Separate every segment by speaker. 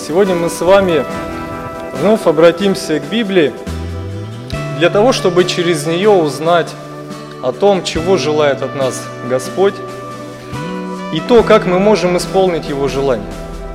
Speaker 1: Сегодня мы с вами вновь обратимся к Библии для того, чтобы через нее узнать о том, чего желает от нас Господь, и то, как мы можем исполнить Его желание.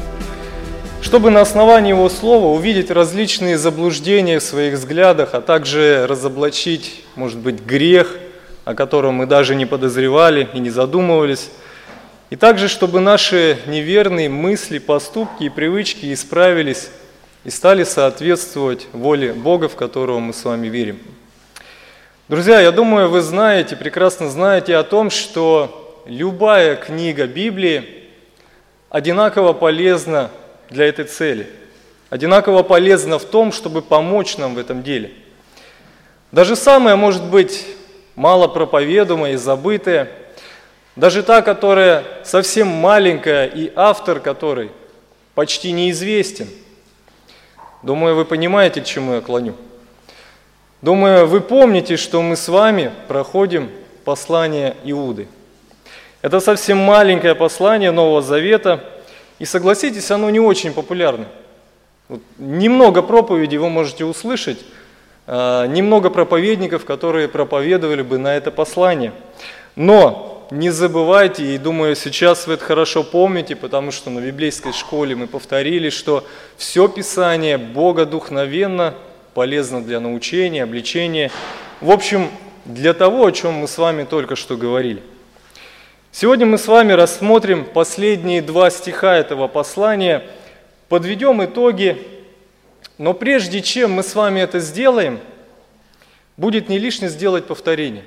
Speaker 1: Чтобы на основании Его Слова увидеть различные заблуждения в своих взглядах, а также разоблачить, может быть, грех, о котором мы даже не подозревали и не задумывались, и также, чтобы наши неверные мысли, поступки и привычки исправились и стали соответствовать воле Бога, в которого мы с вами верим. Друзья, я думаю, вы знаете, прекрасно знаете о том, что любая книга Библии одинаково полезна для этой цели, одинаково полезна в том, чтобы помочь нам в этом деле. Даже самая, может быть, мало проповедуемая и забытая, даже та, которая совсем маленькая и автор которой почти неизвестен. Думаю, вы понимаете, к чему я клоню. Думаю, вы помните, что мы с вами проходим послание Иуды. Это совсем маленькое послание Нового Завета, и согласитесь, оно не очень популярно. Немного проповедей вы можете услышать, немного проповедников, которые проповедовали бы на это послание. Но не забывайте, и думаю, сейчас вы это хорошо помните, потому что на библейской школе мы повторили, что все Писание богодухновенно, полезно для научения, обличения, в общем, для того, о чем мы с вами только что говорили. Сегодня мы с вами рассмотрим последние 2 стиха этого послания, подведем итоги, но прежде чем мы с вами это сделаем, будет не лишне сделать повторение.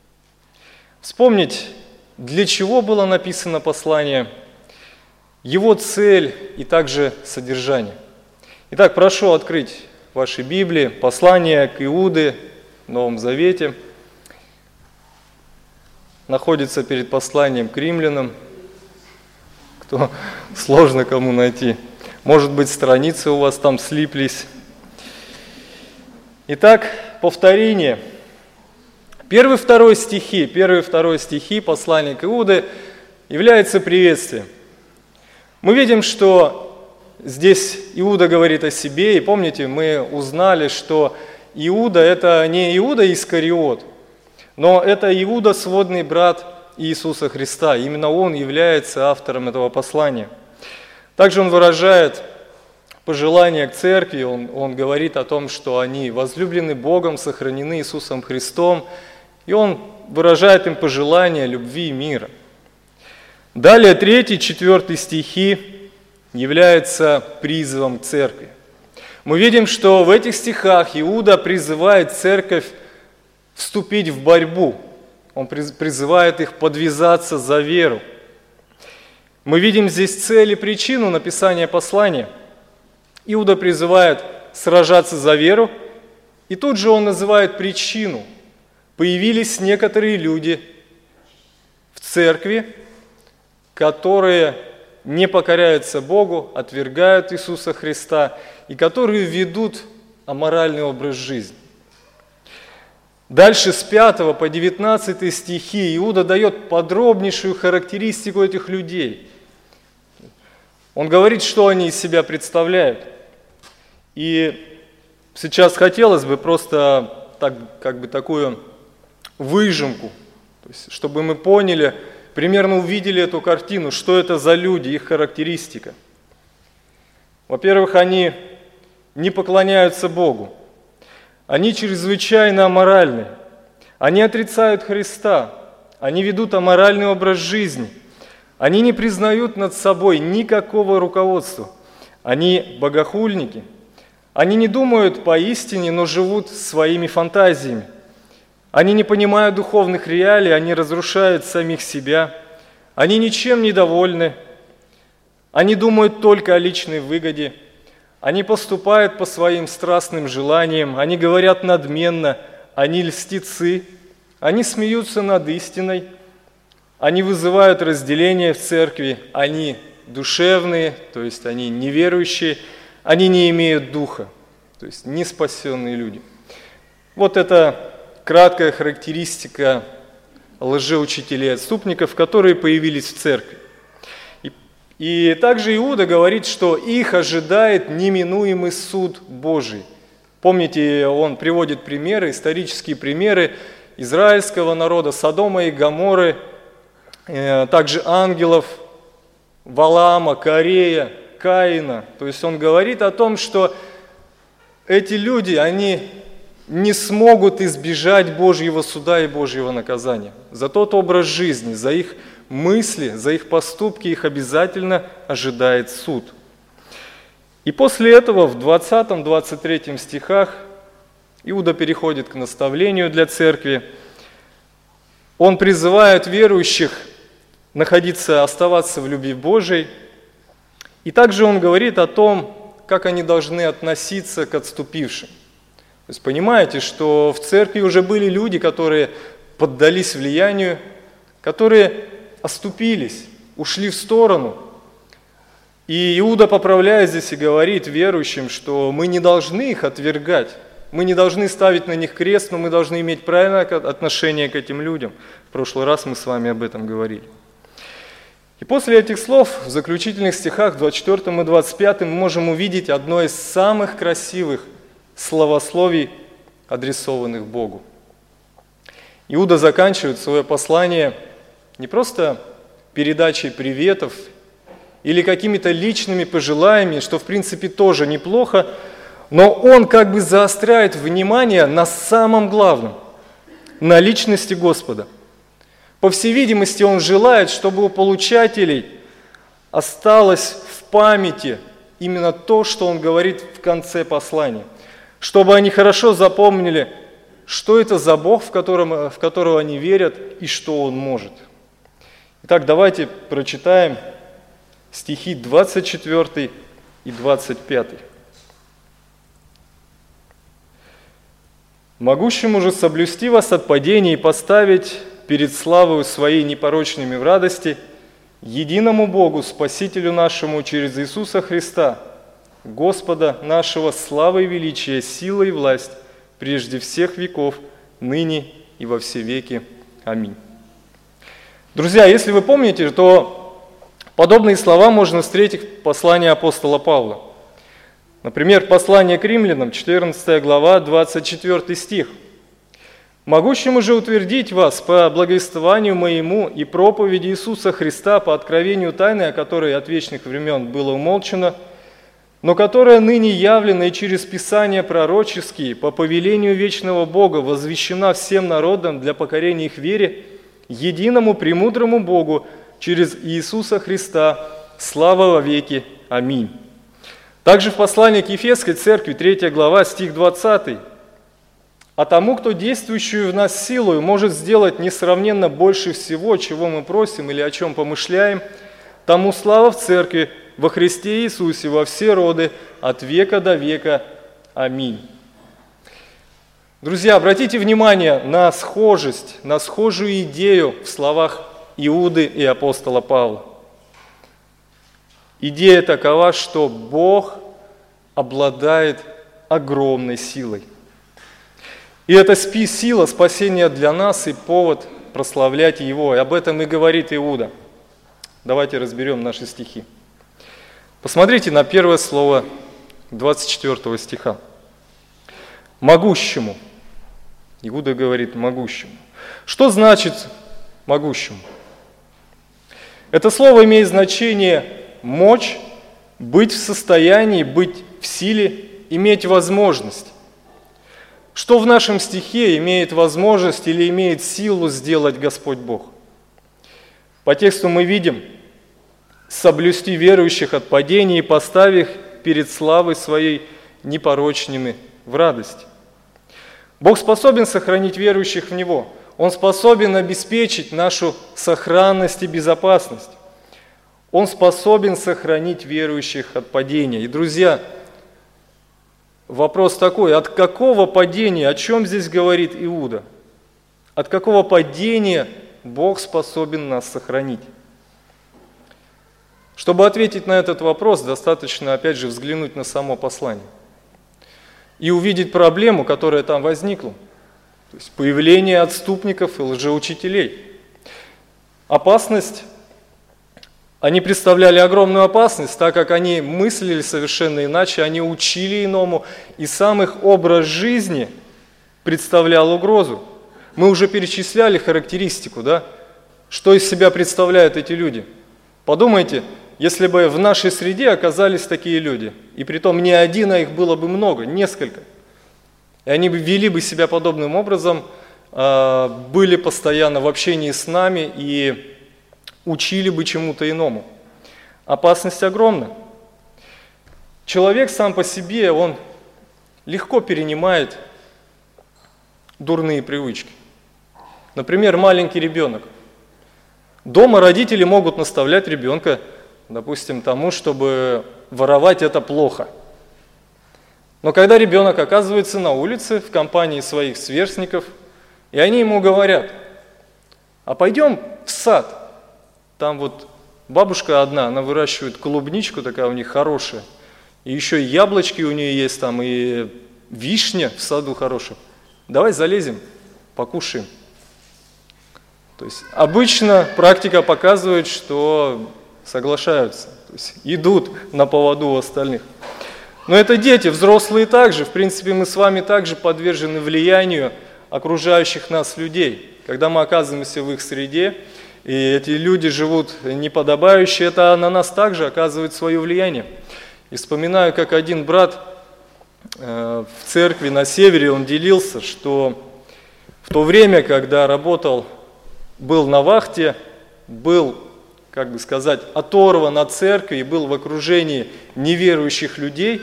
Speaker 1: Вспомнить, для чего было написано послание, его цель и также содержание. Итак, прошу открыть ваши Библии, послание к Иуде в Новом Завете. Находится перед посланием к римлянам. Кто сложно кому найти. Может быть, страницы у вас там слиплись. Итак, повторение. 1-2 стихи послания к Иуде являются приветствием. Мы видим, что здесь Иуда говорит о себе, и помните, мы узнали, что Иуда – это не Иуда Искариот, но это Иуда, сводный брат Иисуса Христа. Именно он является автором этого послания. Также он выражает пожелание к церкви, он говорит о том, что они возлюблены Богом, сохранены Иисусом Христом, и он выражает им пожелание любви и мира. Далее 3-4 стихи являются призывом к церкви. Мы видим, что в этих стихах Иуда призывает церковь вступить в борьбу. Он призывает их подвязаться за веру. Мы видим здесь цель и причину написания послания. Иуда призывает сражаться за веру, и тут же он называет причину. Появились некоторые люди в церкви, которые не покоряются Богу, отвергают Иисуса Христа и которые ведут аморальный образ жизни. Дальше с 5 по 19 стихи Иуда дает подробнейшую характеристику этих людей. Он говорит, что они из себя представляют. И сейчас хотелось бы просто такую выжимку, то есть, чтобы мы поняли, примерно увидели эту картину, что это за люди, их характеристика. Во-первых, они не поклоняются Богу, они чрезвычайно аморальны, они отрицают Христа, они ведут аморальный образ жизни, они не признают над собой никакого руководства, они богохульники, они не думают поистине, но живут своими фантазиями. Они не понимают духовных реалий, они разрушают самих себя, они ничем не довольны, они думают только о личной выгоде, они поступают по своим страстным желаниям, они говорят надменно, они льстецы, они смеются над истиной, они вызывают разделение в церкви, они душевные, то есть они неверующие, они не имеют духа, то есть не спасенные люди. Вот это краткая характеристика лжеучителей и отступников, которые появились в церкви. И также Иуда говорит, что их ожидает неминуемый суд Божий. Помните, он приводит примеры, исторические примеры израильского народа, Содома и Гоморры, также ангелов, Валаама, Корея, Каина. То есть он говорит о том, что эти люди, они не смогут избежать Божьего суда и Божьего наказания. За тот образ жизни, за их мысли, за их поступки их обязательно ожидает суд. И после этого в 20-23 стихах Иуда переходит к наставлению для церкви. Он призывает верующих оставаться в любви Божией. И также он говорит о том, как они должны относиться к отступившим. То есть понимаете, что в церкви уже были люди, которые поддались влиянию, которые оступились, ушли в сторону. И Иуда поправляет здесь и говорит верующим, что мы не должны их отвергать, мы не должны ставить на них крест, но мы должны иметь правильное отношение к этим людям. В прошлый раз мы с вами об этом говорили. И после этих слов в заключительных стихах 24 и 25 мы можем увидеть одно из самых красивых словословий, адресованных Богу. Иуда заканчивает свое послание не просто передачей приветов или какими-то личными пожеланиями, что в принципе тоже неплохо, но он как бы заостряет внимание на самом главном, на личности Господа. По всей видимости, он желает, чтобы у получателей осталось в памяти именно то, что он говорит в конце послания, чтобы они хорошо запомнили, что это за Бог, в которого они верят и что Он может. Итак, давайте прочитаем стихи 24 и 25. «Могущему же соблюсти вас от падения и поставить перед славою Своей непорочными в радости, единому Богу, Спасителю нашему, через Иисуса Христа, Господа нашего, слава и величие, сила и власть, прежде всех веков, ныне и во все веки. Аминь». Друзья, если вы помните, то подобные слова можно встретить в послании апостола Павла. Например, послание к римлянам, 14 глава, 24 стих. «Могущему же утвердить вас по благовествованию моему и проповеди Иисуса Христа по откровению тайны, о которой от вечных времен было умолчано, но которая ныне явлена и через Писания пророческие по повелению вечного Бога возвещена всем народам для покорения их вере, единому премудрому Богу через Иисуса Христа, слава во веки. Аминь». Также в послании к Ефесской церкви, 3 глава, стих 20. «А тому, кто действующую в нас силою может сделать несравненно больше всего, чего мы просим или о чем помышляем, тому слава в церкви во Христе Иисусе во все роды, от века до века. Аминь». Друзья, обратите внимание на схожесть, на схожую идею в словах Иуды и апостола Павла. Идея такова, что Бог обладает огромной силой. И эта сила спасения для нас и повод прославлять Его. И об этом и говорит Иуда. Давайте разберем наши стихи. Посмотрите на первое слово 24 стиха. «Могущему». Иуда говорит «могущему». Что значит «могущему»? Это слово имеет значение «мочь», «быть в состоянии», «быть в силе», «иметь возможность». Что в нашем стихе имеет возможность или имеет силу сделать Господь Бог? По тексту мы видим «соблюсти верующих от падения и поставив их перед славой Своей непорочными в радости». Бог способен сохранить верующих в Него. Он способен обеспечить нашу сохранность и безопасность. Он способен сохранить верующих от падения. И, друзья, вопрос такой: от какого падения, о чем здесь говорит Иуда? От какого падения Бог способен нас сохранить? Чтобы ответить на этот вопрос, достаточно, опять же, взглянуть на само послание и увидеть проблему, которая там возникла. То есть появление отступников и лжеучителей. Опасность Они представляли огромную опасность, так как они мыслили совершенно иначе, они учили иному, и сам их образ жизни представлял угрозу. Мы уже перечисляли характеристику, да? Что из себя представляют эти люди. Подумайте, если бы в нашей среде оказались такие люди, и притом не один, а их было бы много, несколько, и они бы вели бы себя подобным образом, были постоянно в общении с нами и учили бы чему-то иному. Опасность огромна. Человек сам по себе, он легко перенимает дурные привычки. Например, маленький ребенок. Дома родители могут наставлять ребенка, допустим, тому, чтобы воровать это плохо. Но когда ребенок оказывается на улице в компании своих сверстников, и они ему говорят: а пойдем в сад, там вот бабушка одна, она выращивает клубничку, такая у них хорошая, и еще и яблочки у нее есть там, и вишня в саду хорошая. Давай залезем, покушаем. То есть обычно практика показывает, что соглашаются, то есть идут на поводу у остальных. Но это дети, взрослые также. В принципе, мы с вами также подвержены влиянию окружающих нас людей. Когда мы оказываемся в их среде, и эти люди живут неподобающе, это на нас также оказывает свое влияние. И вспоминаю, как один брат в церкви на севере, он делился, что в то время, когда был на вахте, был, как бы сказать, оторван от церкви и был в окружении неверующих людей,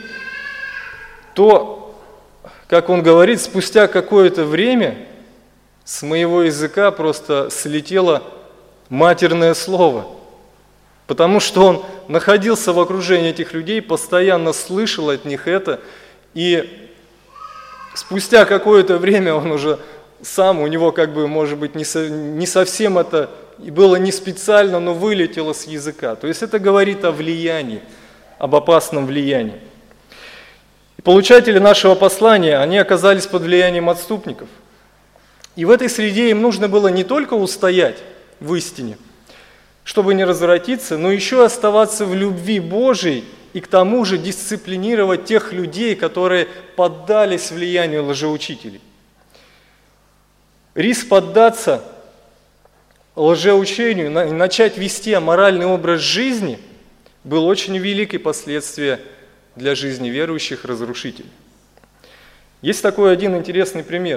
Speaker 1: то, как он говорит, спустя какое-то время с моего языка просто слетело матерное слово, потому что он находился в окружении этих людей, постоянно слышал от них это, и спустя какое-то время он уже сам, у него как бы, может быть, не совсем это, и было не специально, но вылетело с языка. То есть это говорит о влиянии, об опасном влиянии. И получатели нашего послания, они оказались под влиянием отступников. И в этой среде им нужно было не только устоять в истине, чтобы не развратиться, но еще оставаться в любви Божией и к тому же дисциплинировать тех людей, которые поддались влиянию лжеучителей. Риск поддаться лжеучению и начать вести аморальный образ жизни был очень велик, и последствия для жизни верующих разрушителей. Есть такой один интересный пример.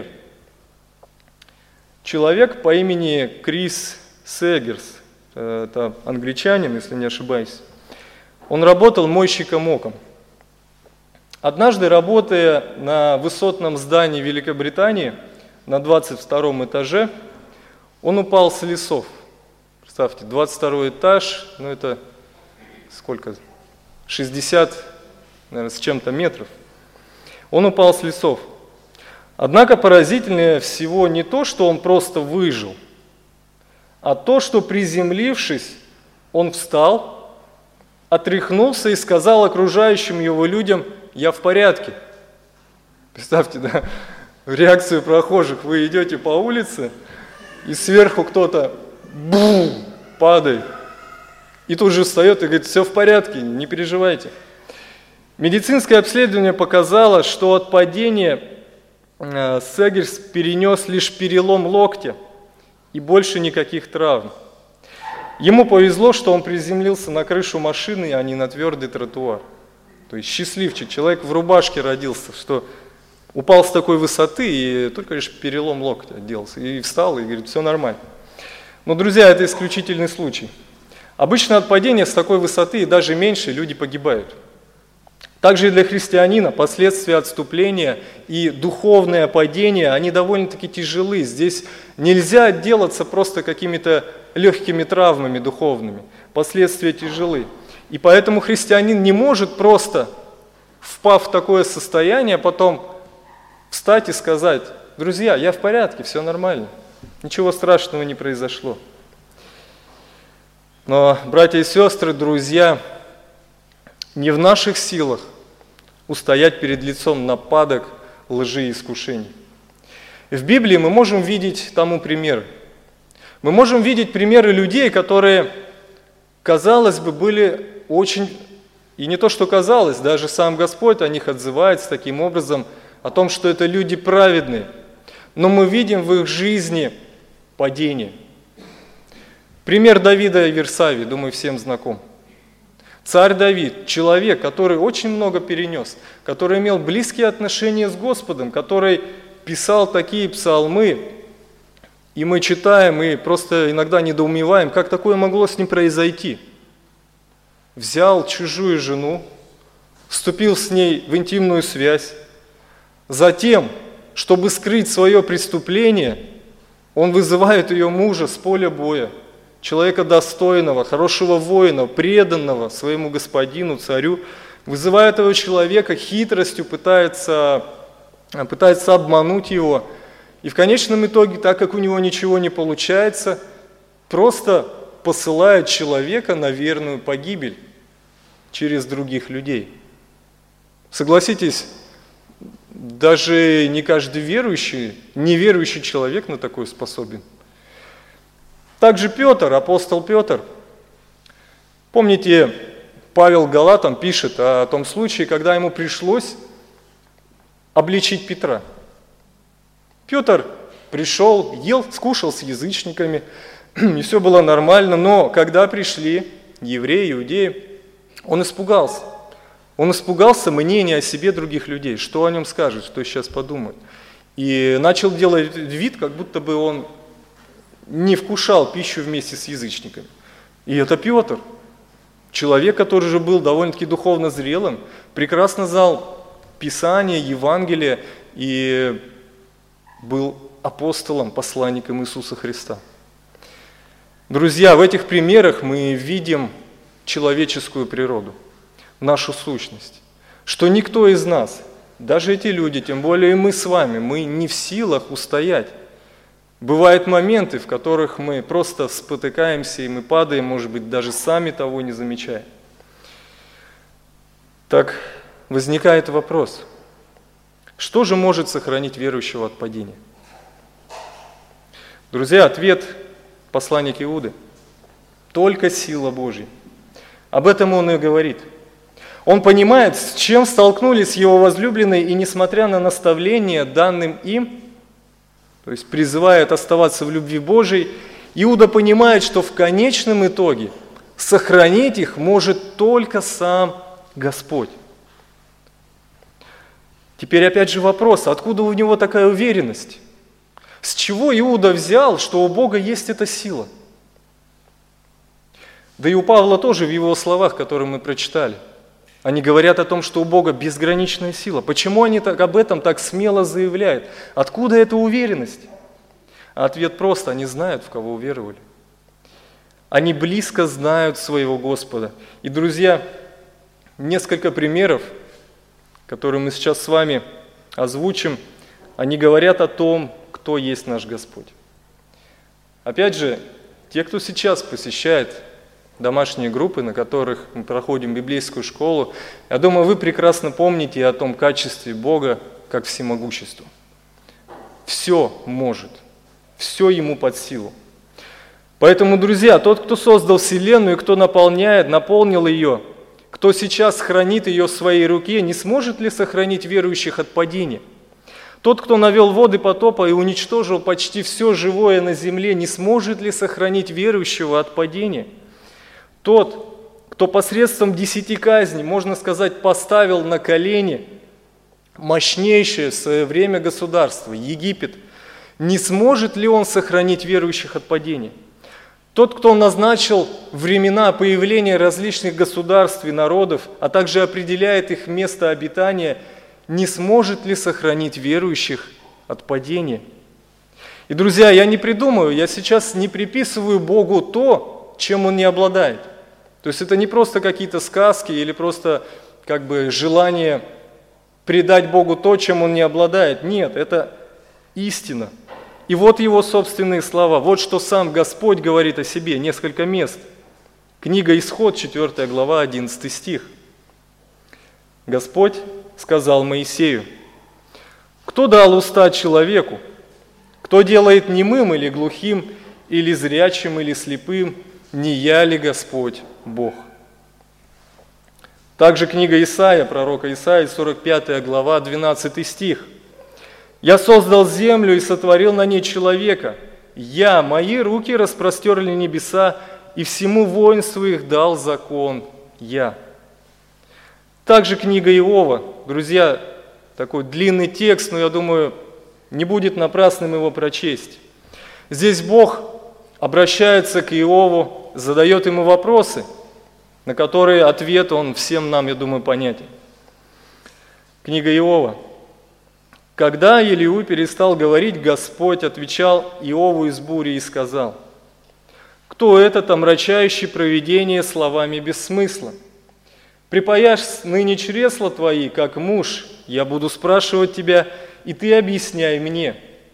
Speaker 1: Человек по имени Крис Сегерс, это англичанин, если не ошибаюсь, он работал мойщиком окон. Однажды, работая на высотном здании Великобритании, на 22 этаже, он упал с лесов. Представьте, 22 этаж, ну это сколько? 60, наверное, с чем-то метров. Он упал с лесов. Однако поразительнее всего не то, что он просто выжил, а то, что, приземлившись, он встал, отряхнулся и сказал окружающим его людям: «Я в порядке». Представьте, да? Реакцию прохожих: вы идете по улице, и сверху кто-то бум падает, и тут же встает и говорит: все в порядке, не переживайте. Медицинское обследование показало, что от падения Сегерс перенес лишь перелом локтя и больше никаких травм. Ему повезло, что он приземлился на крышу машины, а не на твердый тротуар. То есть счастливчик, человек в рубашке родился, что упал с такой высоты и только лишь перелом локтя отделался. И встал и говорит: все нормально. Но, друзья, это исключительный случай. Обычно от падения с такой высоты и даже меньше люди погибают. Также и для христианина последствия отступления и духовное падение, они довольно-таки тяжелы. Здесь нельзя отделаться просто какими-то легкими травмами духовными. Последствия тяжелы. И поэтому христианин не может просто, впав в такое состояние, потом встать и сказать: друзья, я в порядке, все нормально, ничего страшного не произошло. Но, братья и сестры, друзья, не в наших силах устоять перед лицом нападок, лжи и искушений. В Библии мы можем видеть тому примеры. Мы можем видеть примеры людей, которые казалось бы, были очень... И не то, что казалось, даже сам Господь о них отзывается таким образом, о том, что это люди праведные. Но мы видим в их жизни падение. Пример Давида и Версавии, думаю, всем знаком. Царь Давид, человек, который очень много перенес, который имел близкие отношения с Господом, который писал такие псалмы, и мы читаем и просто иногда недоумеваем, как такое могло с ним произойти. Взял чужую жену, вступил с ней в интимную связь, затем, чтобы скрыть свое преступление, он вызывает ее мужа с поля боя, человека достойного, хорошего воина, преданного своему господину, царю, вызывает этого человека хитростью, пытается обмануть его. И в конечном итоге, так как у него ничего не получается, просто посылает человека на верную погибель через других людей. Согласитесь, даже не каждый верующий, неверующий человек на такое способен. Также Петр, апостол Петр. Помните, Павел Галатам пишет о том случае, когда ему пришлось обличить Петра. Петр пришел, ел, скушал с язычниками, и все было нормально, но когда пришли евреи, иудеи, он испугался. Он испугался мнения о себе других людей, что о нем скажут, что сейчас подумают. И начал делать вид, как будто бы он не вкушал пищу вместе с язычниками. И это Петр, человек, который же был довольно-таки духовно зрелым, прекрасно знал Писание, Евангелие и был апостолом, посланником Иисуса Христа. Друзья, в этих примерах мы видим человеческую природу, нашу сущность, что никто из нас, даже эти люди, тем более и мы с вами, мы не в силах устоять. Бывают моменты, в которых мы просто спотыкаемся, и мы падаем, может быть, даже сами того не замечая. Так возникает вопрос, что же может сохранить верующего от падения? Друзья, ответ посланник Иуды – только сила Божья. Об этом он и говорит. Он понимает, с чем столкнулись его возлюбленные, и несмотря на наставления, данным им, то есть призывает оставаться в любви Божией, Иуда понимает, что в конечном итоге сохранить их может только сам Господь. Теперь опять же вопрос, откуда у него такая уверенность? С чего Иуда взял, что у Бога есть эта сила? Да и у Павла тоже в его словах, которые мы прочитали, они говорят о том, что у Бога безграничная сила. Почему они об этом так смело заявляют? Откуда эта уверенность? А ответ прост, они знают, в кого уверовали. Они близко знают своего Господа. И, друзья, несколько примеров, которые мы сейчас с вами озвучим, они говорят о том, кто есть наш Господь. Опять же, те, кто сейчас посещает домашние группы, на которых мы проходим библейскую школу, я думаю, вы прекрасно помните о том качестве Бога, как всемогущества. Все может, все Ему под силу. Поэтому, друзья, тот, кто создал Вселенную, кто наполнил ее, кто сейчас хранит ее в своей руке, не сможет ли сохранить верующих от падения? Тот, кто навел воды потопа и уничтожил почти все живое на земле, не сможет ли сохранить верующего от падения? Тот, кто посредством 10 казней, можно сказать, поставил на колени мощнейшее в свое время государство, Египет, не сможет ли он сохранить верующих от падения? Тот, кто назначил времена появления различных государств и народов, а также определяет их место обитания, не сможет ли сохранить верующих от падения? И, друзья, я не придумываю, я сейчас не приписываю Богу то, чем Он не обладает. То есть это не просто какие-то сказки или просто желание придать Богу то, чем Он не обладает. Нет, это истина. И вот Его собственные слова. Вот что сам Господь говорит о себе, несколько мест. Книга Исход, 4 глава, 11 стих. Господь сказал Моисею: «Кто дал уста человеку? Кто делает немым или глухим, или зрячим, или слепым? Не я ли Господь, Бог. Также книга Исаия, пророка Исаии, 45 глава, 12 стих. «Я создал землю и сотворил на ней человека. Мои руки распростерли небеса, и всему воинству их дал закон я». Также книга Иова. Друзья, такой длинный текст, но я думаю, не будет напрасным его прочесть. Здесь Бог обращается к Иову, задает ему вопросы, на которые ответ он всем нам, я думаю, понятен. Книга Иова. «Когда Елиу перестал говорить, Господь отвечал Иову из бури и сказал: кто этот, омрачающий провидение словами без смысла? Припаяшь ныне чресла твои, как муж, я буду спрашивать тебя, и ты объясняй мне.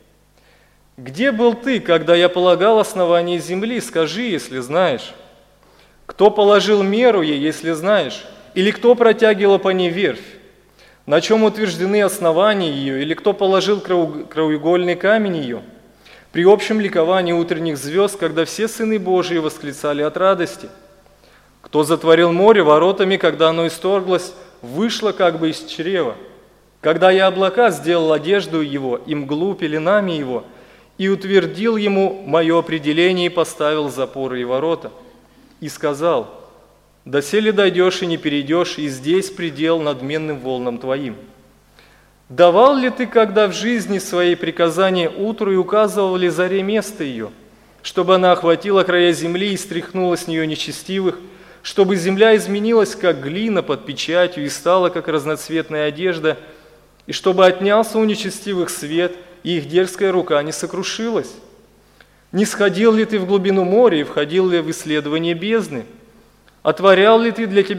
Speaker 1: Где был ты, когда я полагал основание земли? Скажи, если знаешь. Кто положил меру ей, если знаешь? Или кто протягивал по ней верфь? На чем утверждены основания ее? Или кто положил краеугольный камень ее? При общем ликовании утренних звезд, когда все сыны Божии восклицали от радости. Кто затворил море воротами, когда оно исторглось, вышло как бы из чрева? Когда я облака сделал одежду его, и мглу пеленами его, и утвердил ему мое определение, и поставил запоры и ворота, и сказал: доселе дойдешь и не перейдешь, и здесь предел надменным волнам твоим. Давал ли ты, когда в жизни своей приказания утру, и указывал ли заре место ее, чтобы она охватила края земли и стряхнула с нее нечестивых, чтобы земля изменилась, как глина под печатью, и стала, как разноцветная одежда, и чтобы отнялся у нечестивых свет, и их дерзкая рука не сокрушилась? Не сходил ли ты в глубину моря и входил ли в исследование бездны? Отворялись ли для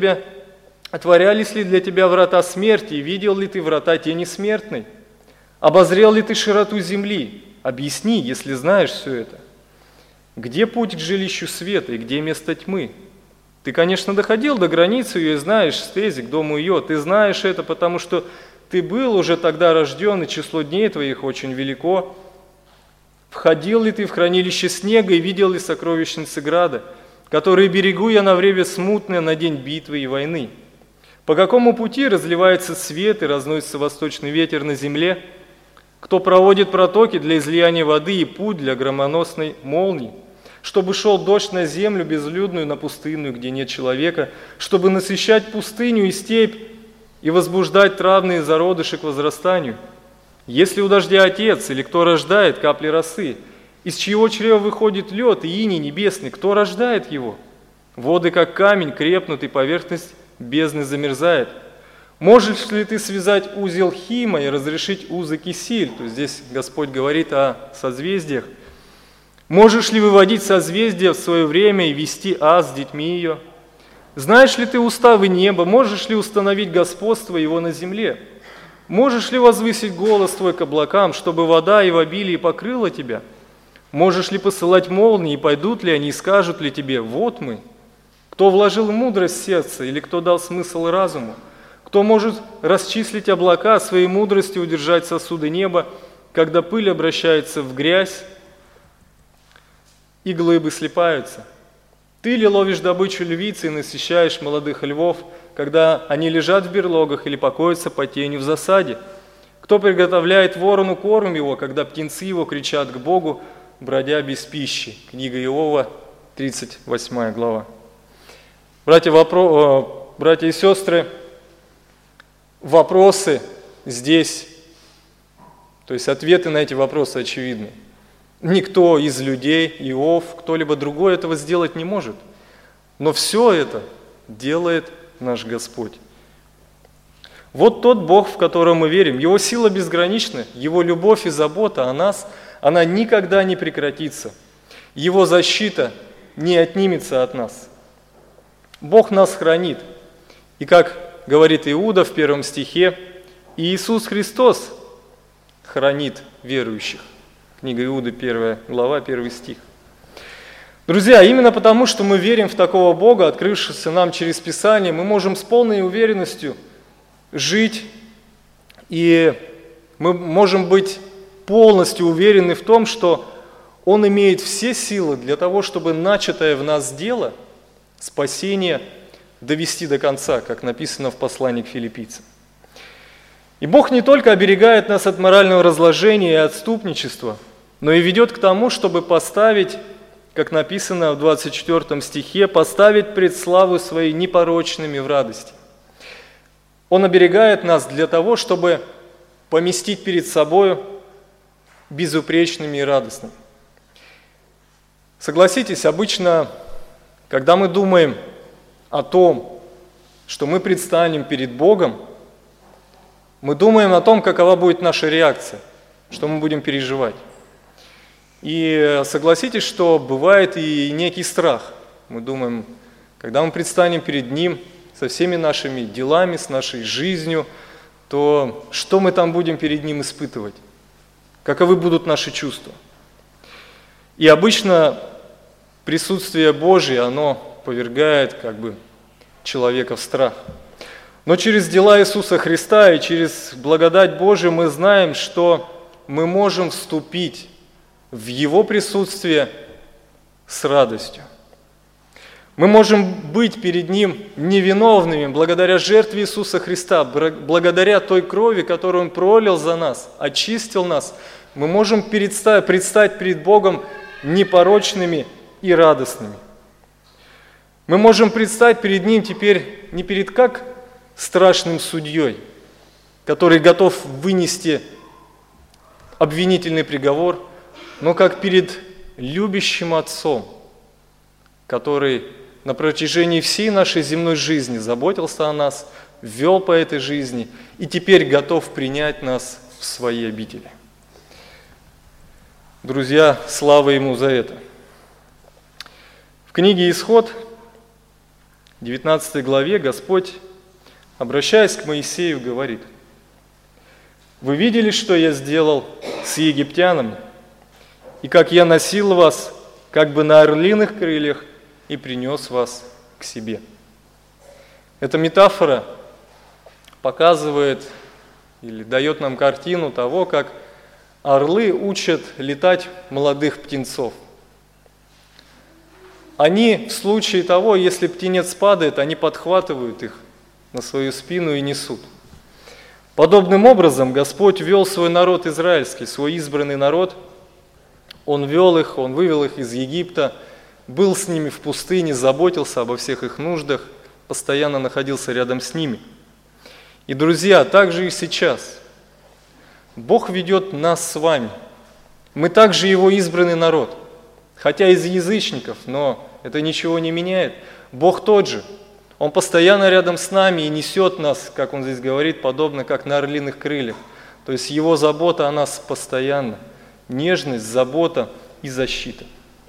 Speaker 1: тебя врата смерти, и видел ли ты врата тени смертной? Обозрел ли ты широту земли? Объясни, если знаешь все это. Где путь к жилищу света и где место тьмы? Ты, конечно, доходил до границы ее и знаешь стези к дому ее. Ты знаешь это, потому что ты был уже тогда рожден, и число дней твоих очень велико. Входил ли ты в хранилище снега и видел ли сокровищницы града, которые берегу я на время смутное, на день битвы и войны? По какому пути разливается свет и разносится восточный ветер на земле? Кто проводит протоки для излияния воды и путь для громоносной молнии? Чтобы шел дождь на землю безлюдную, на пустынную, где нет человека, чтобы насыщать пустыню и степь и возбуждать травные зародыши к возрастанию. Если у дождя отец, или кто рождает капли росы, из чьего чрева выходит лед и иней небесный, кто рождает его? Воды, как камень, крепнут, и поверхность бездны замерзает. Можешь ли ты связать узел Хима и разрешить узы Кисиль? То есть здесь Господь говорит о созвездиях. Можешь ли выводить созвездия в свое время и вести Аз с детьми ее? Знаешь ли ты уставы неба? Можешь ли установить господство его на земле? Можешь ли возвысить голос твой к облакам, чтобы вода и в обилии покрыла тебя? Можешь ли посылать молнии, и пойдут ли они, и скажут ли тебе: вот мы? Кто вложил мудрость в сердце, или кто дал смысл разуму? Кто может расчислить облака, своей мудростью удержать сосуды неба, когда пыль обращается в грязь, и глыбы слипаются? Ты ли ловишь добычу львицы и насыщаешь молодых львов, когда они лежат в берлогах или покоятся под тенью в засаде? Кто приготовляет ворону корм его, когда птенцы его кричат к Богу, бродя без пищи? Книга Иова, 38 глава. Братья и сестры, вопросы здесь, то есть ответы на эти вопросы очевидны. Никто из людей, Иов, кто-либо другой этого сделать не может. Но все это делает наш Господь. Вот тот Бог, в которого мы верим. Его сила безгранична, Его любовь и забота о нас, она никогда не прекратится. Его защита не отнимется от нас. Бог нас хранит. И как говорит Иуда в 1 стихе, Иисус Христос хранит верующих. Книга Иуды, 1 глава, 1 стих. Друзья, именно потому, что мы верим в такого Бога, открывшегося нам через Писание, мы можем с полной уверенностью жить, и мы можем быть полностью уверены в том, что Он имеет все силы для того, чтобы начатое в нас дело спасение довести до конца, как написано в послании к филиппийцам. И Бог не только оберегает нас от морального разложения и отступничества, но и ведет к тому, чтобы поставить, как написано в 24 стихе, поставить пред славу своей непорочными в радости. Он оберегает нас для того, чтобы поместить перед собой безупречными и радостными. Согласитесь, обычно, когда мы думаем о том, что мы предстанем перед Богом, мы думаем о том, какова будет наша реакция, что мы будем переживать. И согласитесь, что бывает и некий страх. Мы думаем, когда мы предстанем перед Ним со всеми нашими делами, с нашей жизнью, то что мы там будем перед Ним испытывать? Каковы будут наши чувства? И обычно присутствие Божие, оно повергает человека в страх. Но через дела Иисуса Христа и через благодать Божию мы знаем, что мы можем вступить в Его присутствие с радостью. Мы можем быть перед Ним невиновными благодаря жертве Иисуса Христа, благодаря той крови, которую Он пролил за нас, очистил нас. Мы можем предстать перед Богом непорочными и радостными. Мы можем предстать перед Ним теперь не перед как страшным судьей, который готов вынести обвинительный приговор, но как перед любящим Отцом, который на протяжении всей нашей земной жизни заботился о нас, вел по этой жизни и теперь готов принять нас в свои обители. Друзья, слава Ему за это. В книге «Исход», 19 главе, Господь, обращаясь к Моисею, говорит: «Вы видели, что я сделал с египтянами, и как я носил вас, как бы на орлиных крыльях, и принес вас к себе». Эта метафора показывает или дает нам картину того, как орлы учат летать молодых птенцов. Они в случае того, если птенец падает, они подхватывают их на свою спину и несут. Подобным образом Господь вел свой народ израильский, свой избранный народ. Он вел их, Он вывел их из Египта, был с ними в пустыне, заботился обо всех их нуждах, постоянно находился рядом с ними. И, друзья, так же и сейчас. Бог ведет нас с вами. Мы также Его избранный народ, хотя из язычников, но это ничего не меняет. Бог тот же. Он постоянно рядом с нами и несет нас, как Он здесь говорит, подобно как на орлиных крыльях. То есть Его забота о нас постоянно. Нежность, забота и защита.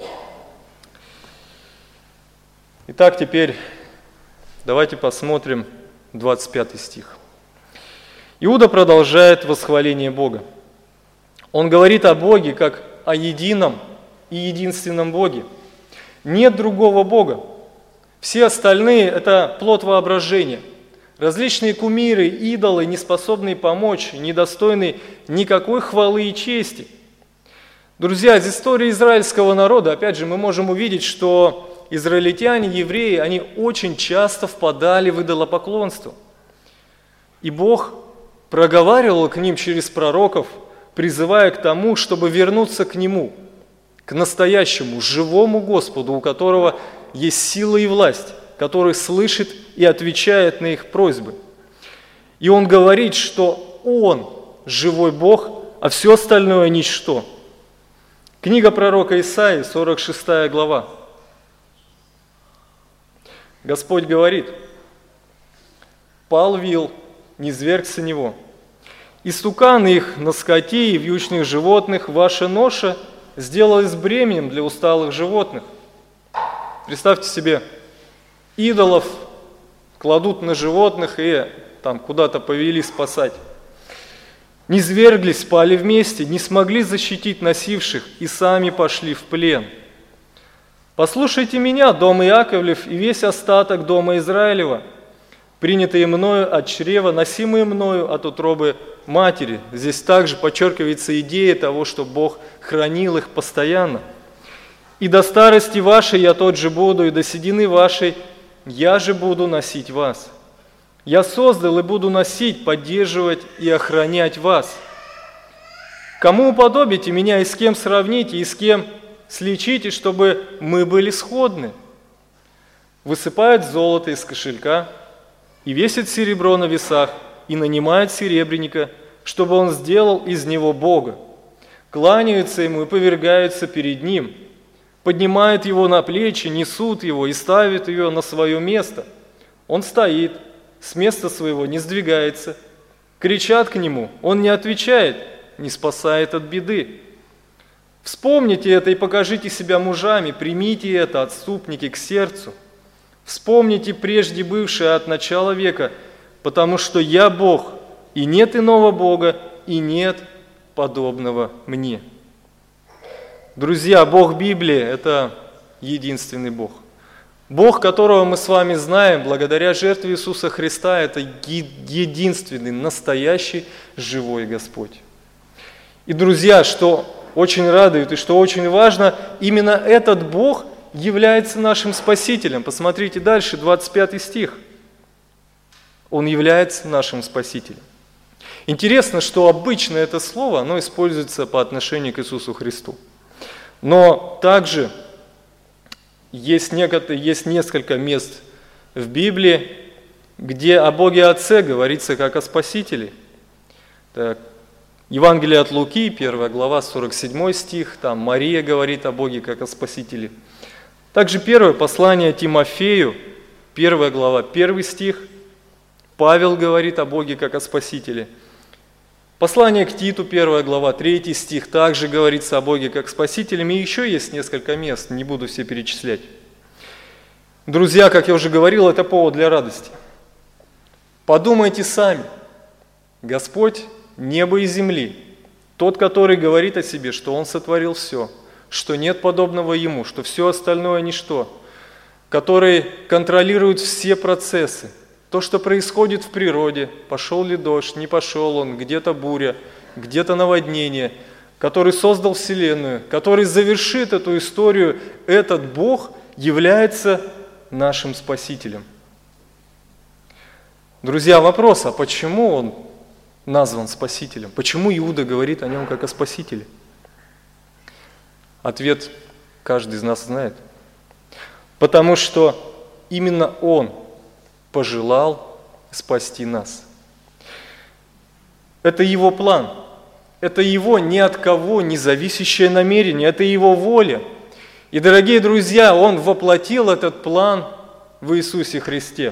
Speaker 1: Итак, теперь давайте посмотрим 25 стих. Иуда продолжает восхваление Бога. Он говорит о Боге как о едином и единственном Боге. Нет другого Бога. Все остальные – это плод воображения. Различные кумиры, идолы, не способные помочь, недостойные никакой хвалы и чести. Друзья, из истории израильского народа, опять же, мы можем увидеть, что израильтяне, евреи, они очень часто впадали в идолопоклонство. И Бог проговаривал к ним через пророков, призывая к тому, чтобы вернуться к Нему, к настоящему, живому Господу, у которого есть сила и власть, который слышит и отвечает на их просьбы. И Он говорит, что Он живой Бог, а все остальное ничто. Книга пророка Исаии, 46 глава. Господь говорит: «Пал вил, низвергся него. Истуканы их на скоте и вьючных животных, ваша ноша сделалась бременем для усталых животных». Представьте себе, идолов кладут на животных и там куда-то повели спасать. Низверглись, пали вместе, не смогли защитить носивших и сами пошли в плен. «Послушайте меня, дом Иаковлев и весь остаток дома Израилева, принятые мною от чрева, носимые мною от утробы матери». Здесь также подчеркивается идея того, что Бог хранил их постоянно. И до старости вашей я тот же буду, и до седины вашей я же буду носить вас. Я создал и буду носить, поддерживать и охранять вас. Кому уподобите меня и с кем сравните, и с кем сличите, чтобы мы были сходны? Высыпают золото из кошелька и весит серебро на весах, и нанимают серебряника, чтобы он сделал из него Бога. Кланяются ему и повергаются перед ним, поднимают его на плечи, несут его и ставят его на свое место. Он стоит, с места своего не сдвигается. Кричат к нему, он не отвечает, не спасает от беды. Вспомните это и покажите себя мужами, примите это, отступники, к сердцу. Вспомните прежде бывшее от начала века, потому что я Бог, и нет иного Бога, и нет подобного мне. Друзья, Бог Библии – это единственный Бог. Бог, которого мы с вами знаем, благодаря жертве Иисуса Христа, это единственный, настоящий, живой Господь. И, друзья, что очень радует и что очень важно, именно этот Бог является нашим Спасителем. Посмотрите дальше, 25 стих. Он является нашим Спасителем. Интересно, что обычно это слово, оно используется по отношению к Иисусу Христу. Но также есть несколько мест в Библии, где о Боге Отце говорится как о Спасителе. Так, Евангелие от Луки, 1 глава, 47 стих, там Мария говорит о Боге как о Спасителе. Также первое послание Тимофею, 1 глава, 1 стих, Павел говорит о Боге как о Спасителе. Послание к Титу, 1 глава, 3 стих, также говорится о Боге как Спасителе. И еще есть несколько мест, не буду все перечислять. Друзья, как я уже говорил, это повод для радости. Подумайте сами. Господь неба и земли, тот, который говорит о себе, что Он сотворил все, что нет подобного Ему, что все остальное ничто, который контролирует все процессы, то, что происходит в природе, пошел ли дождь, не пошел он, где-то буря, где-то наводнение, который создал Вселенную, который завершит эту историю, этот Бог является нашим Спасителем. Друзья, вопрос, а почему Он назван Спасителем? Почему Иуда говорит о Нем как о Спасителе? Ответ каждый из нас знает. Потому что именно Он пожелал спасти нас. Это Его план, это Его ни от кого не зависящее намерение, это Его воля. И, дорогие друзья, Он воплотил этот план в Иисусе Христе.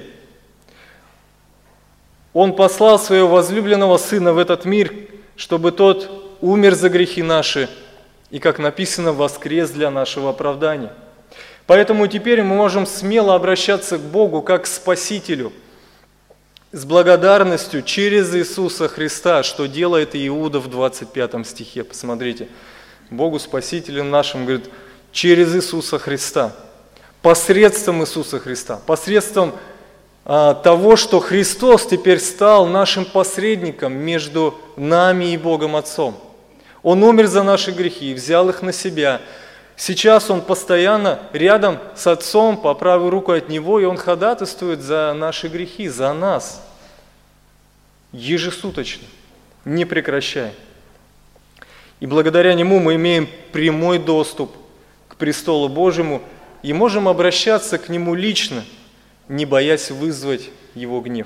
Speaker 1: Он послал Своего возлюбленного Сына в этот мир, чтобы Тот умер за грехи наши и, как написано, воскрес для нашего оправдания. Поэтому теперь мы можем смело обращаться к Богу как к Спасителю, с благодарностью через Иисуса Христа, что делает Иуда в 25 стихе. Посмотрите, Богу Спасителю нашим, говорит, через Иисуса Христа, посредством Иисуса Христа, посредством того, что Христос теперь стал нашим посредником между нами и Богом Отцом. Он умер за наши грехи, взял их на себя. Сейчас Он постоянно рядом с Отцом, по правую руку от Него, и Он ходатайствует за наши грехи, за нас. Ежесуточно, не прекращая. И благодаря Нему мы имеем прямой доступ к престолу Божьему и можем обращаться к Нему лично, не боясь вызвать Его гнев.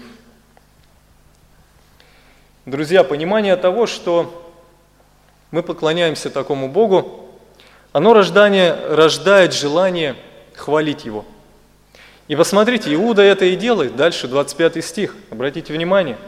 Speaker 1: Друзья, понимание того, что мы поклоняемся такому Богу, оно рождает желание хвалить Его. И посмотрите, Иуда это и делает. Дальше 25 стих, обратите внимание.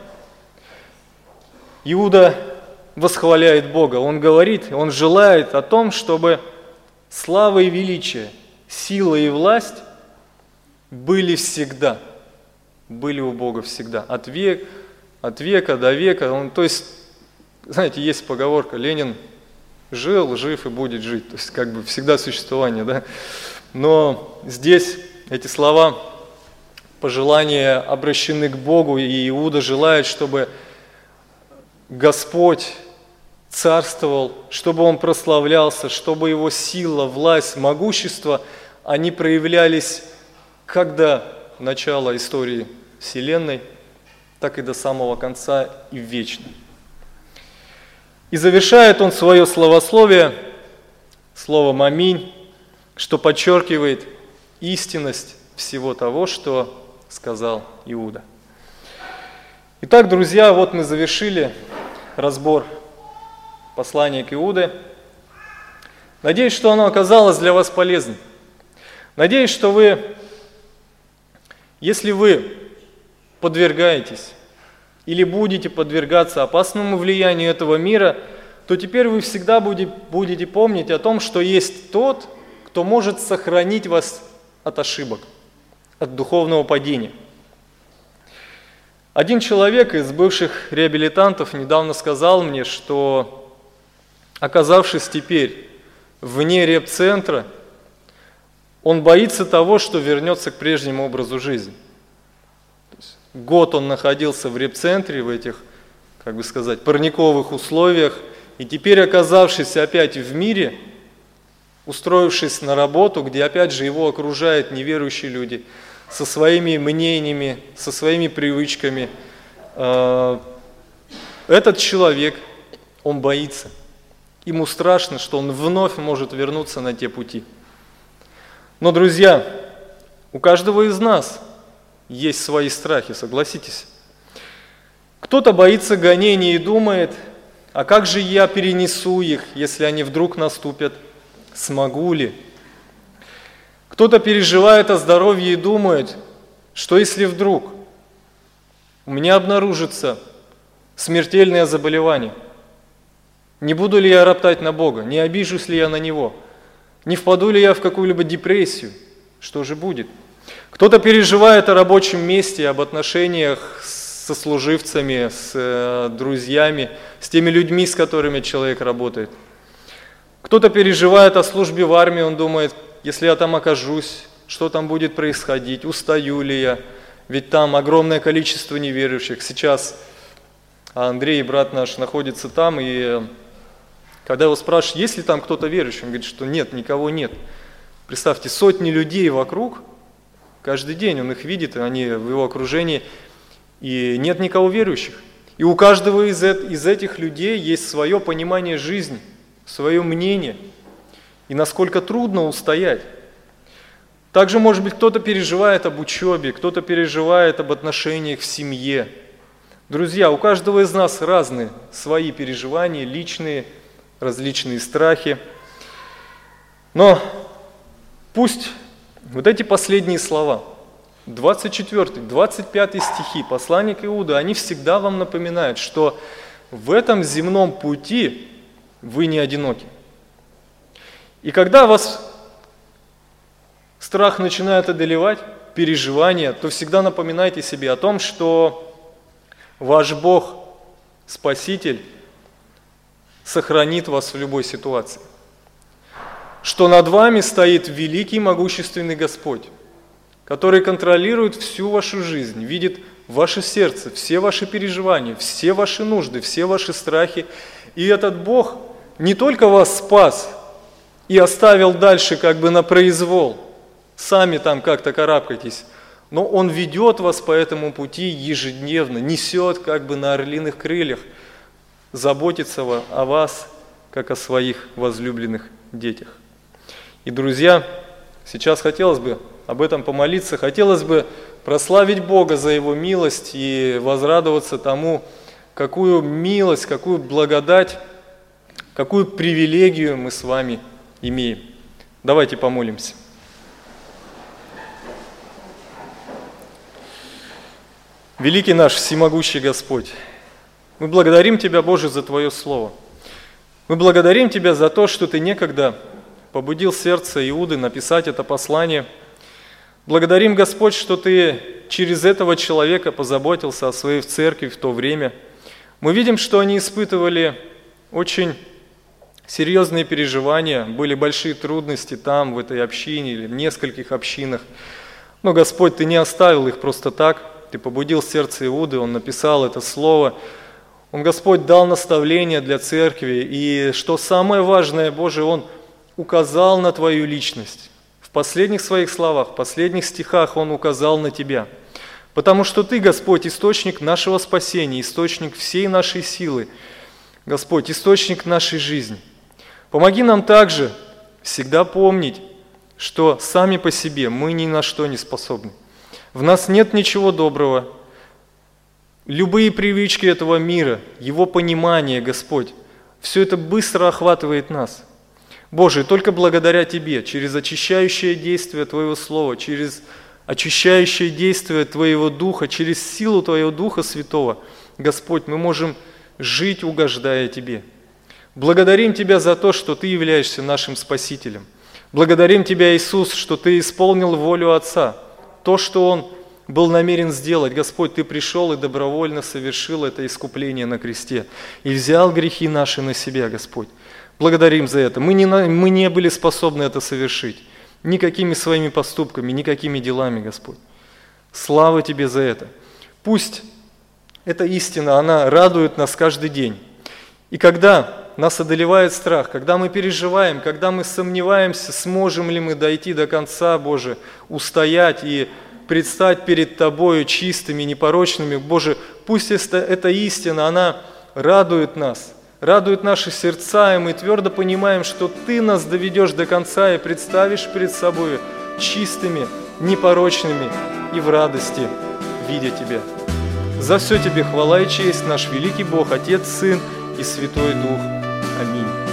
Speaker 1: Иуда восхваляет Бога, он говорит, он желает о том, чтобы слава и величие, сила и власть были всегда, были у Бога всегда, от века до века. То есть, знаете, есть поговорка, Ленин жил, жив и будет жить. То есть как бы всегда существование, да? Но здесь эти слова, пожелания обращены к Богу, и Иуда желает, чтобы Господь царствовал, чтобы он прославлялся, чтобы его сила, власть, могущество, они проявлялись как до начала истории Вселенной, так и до самого конца и вечно. И завершает он свое словословие словом «Аминь», что подчеркивает истинность всего того, что сказал Иуда. Итак, друзья, вот мы завершили разбор послания к Иуде. Надеюсь, что оно оказалось для вас полезным. Надеюсь, что вы, если вы подвергаетесь или будете подвергаться опасному влиянию этого мира, то теперь вы всегда будете помнить о том, что есть тот, кто может сохранить вас от ошибок, от духовного падения. Один человек из бывших реабилитантов недавно сказал мне, что, оказавшись теперь вне реп-центра, он боится того, что вернется к прежнему образу жизни. Год он находился в реп-центре, в этих, как бы сказать, парниковых условиях, и теперь, оказавшись опять в мире, устроившись на работу, где опять же его окружают неверующие люди, со своими мнениями, со своими привычками, этот человек, он боится. Ему страшно, что он вновь может вернуться на те пути. Но, друзья, у каждого из нас есть свои страхи, согласитесь. Кто-то боится гонений и думает, а как же я перенесу их, если они вдруг наступят, смогу ли? Кто-то переживает о здоровье и думает, что если вдруг у меня обнаружится смертельное заболевание, не буду ли я роптать на Бога, не обижусь ли я на Него, не впаду ли я в какую-либо депрессию, что же будет? Кто-то переживает о рабочем месте, об отношениях со служивцами, с друзьями, с теми людьми, с которыми человек работает. Кто-то переживает о службе в армии, он думает, если я там окажусь, что там будет происходить, устаю ли я, ведь там огромное количество неверующих. Сейчас Андрей, брат наш, находится там, и когда его спрашивают, есть ли там кто-то верующий, он говорит, что нет, никого нет. Представьте, сотни людей вокруг, каждый день он их видит, они в его окружении, и нет никого верующих. И у каждого из этих людей есть свое понимание жизни, свое мнение, и насколько трудно устоять. Также, может быть, кто-то переживает об учебе, кто-то переживает об отношениях в семье. Друзья, у каждого из нас разные свои переживания, личные, различные страхи. Но пусть вот эти последние слова, 24, 25 стихи послания к Иуде, они всегда вам напоминают, что в этом земном пути вы не одиноки. И когда вас страх начинает одолевать, переживания, то всегда напоминайте себе о том, что ваш Бог, Спаситель, сохранит вас в любой ситуации. Что над вами стоит великий могущественный Господь, который контролирует всю вашу жизнь, видит ваше сердце, все ваши переживания, все ваши нужды, все ваши страхи. И этот Бог не только вас спас и оставил дальше как бы на произвол, сами там как-то карабкайтесь, но Он ведет вас по этому пути ежедневно, несет как бы на орлиных крыльях, заботится о вас, как о своих возлюбленных детях. И, друзья, сейчас хотелось бы об этом помолиться, хотелось бы прославить Бога за Его милость и возрадоваться тому, какую милость, какую благодать, какую привилегию мы с вами имеем. Давайте помолимся. Великий наш всемогущий Господь, мы благодарим Тебя, Боже, за Твое Слово. Мы благодарим Тебя за то, что Ты некогда побудил сердце Иуды написать это послание. Благодарим, Господь, что Ты через этого человека позаботился о своей церкви в то время. Мы видим, что они испытывали очень серьезные переживания, были большие трудности там, в этой общине или в нескольких общинах. Но, Господь, Ты не оставил их просто так. Ты побудил сердце Иуды, он написал это слово. Он, Господь, дал наставления для церкви, и что самое важное, Боже, Он указал на Твою личность. В последних своих словах, в последних стихах Он указал на Тебя. Потому что Ты, Господь, источник нашего спасения, источник всей нашей силы, Господь, источник нашей жизни. Помоги нам также всегда помнить, что сами по себе мы ни на что не способны. В нас нет ничего доброго. Любые привычки этого мира, его понимание, Господь, все это быстро охватывает нас. Боже, только благодаря Тебе, через очищающее действие Твоего Слова, через очищающее действие Твоего Духа, через силу Твоего Духа Святого, Господь, мы можем жить, угождая Тебе. Благодарим Тебя за то, что Ты являешься нашим Спасителем. Благодарим Тебя, Иисус, что Ты исполнил волю Отца, то, что Он был намерен сделать. Господь, Ты пришел и добровольно совершил это искупление на кресте и взял грехи наши на себя, Господь. Благодарим за это. Мы не были способны это совершить никакими своими поступками, никакими делами, Господь. Слава Тебе за это. Пусть эта истина, она радует нас каждый день. И когда нас одолевает страх, когда мы переживаем, когда мы сомневаемся, сможем ли мы дойти до конца, Боже, устоять и предстать перед Тобою чистыми, непорочными, Боже, пусть эта истина, она радует нас, радует наши сердца, и мы твердо понимаем, что Ты нас доведешь до конца и представишь перед собой чистыми, непорочными и в радости, видя Тебя. За все Тебе хвала и честь, наш великий Бог, Отец, Сын и Святой Дух. Аминь.